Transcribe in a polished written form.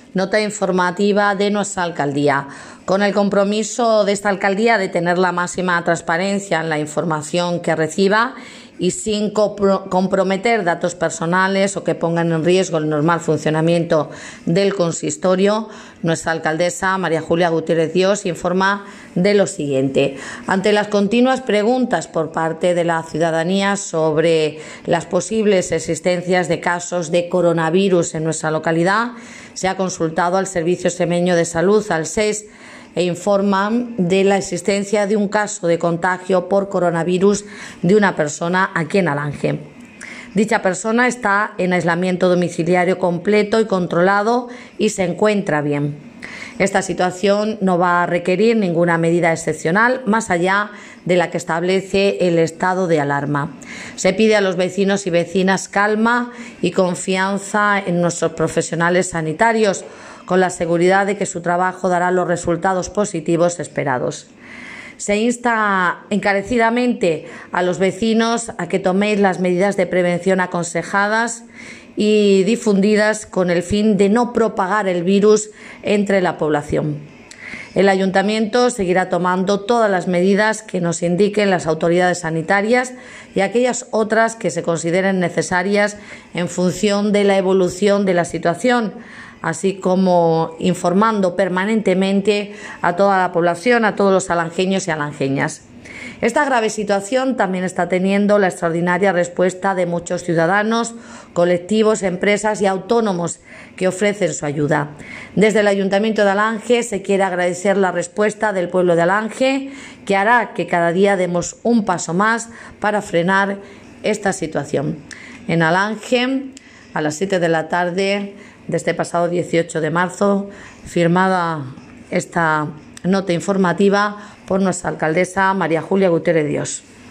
Nota informativa de nuestra alcaldía. Con el compromiso de esta alcaldía de tener la máxima transparencia en la información que reciba y sin comprometer datos personales o que pongan en riesgo el normal funcionamiento del consistorio, nuestra alcaldesa María Julia Gutiérrez Dios informa de lo siguiente. Ante las continuas preguntas por parte de la ciudadanía sobre las posibles existencias de casos de coronavirus en nuestra localidad, se ha consultado al Servicio Extremeño de Salud, al SES, e informan de la existencia de un caso de contagio por coronavirus de una persona aquí en Alange. Dicha persona está en aislamiento domiciliario completo y controlado y se encuentra bien. Esta situación no va a requerir ninguna medida excepcional más allá de la que establece el estado de alarma. Se pide a los vecinos y vecinas calma y confianza en nuestros profesionales sanitarios, con la seguridad de que su trabajo dará los resultados positivos esperados. Se insta encarecidamente a los vecinos a que toméis las medidas de prevención aconsejadas y difundidas con el fin de no propagar el virus entre la población. El Ayuntamiento seguirá tomando todas las medidas que nos indiquen las autoridades sanitarias y aquellas otras que se consideren necesarias en función de la evolución de la situación, así como informando permanentemente a toda la población, a todos los alangeños y alangeñas. Esta grave situación también está teniendo la extraordinaria respuesta de muchos ciudadanos, colectivos, empresas y autónomos que ofrecen su ayuda. Desde el Ayuntamiento de Alange se quiere agradecer la respuesta del pueblo de Alange, que hará que cada día demos un paso más para frenar esta situación. En Alange, a las 7 de la tarde de este pasado 18 de marzo, firmada esta nota informativa por nuestra alcaldesa María Julia Gutiérrez Dios.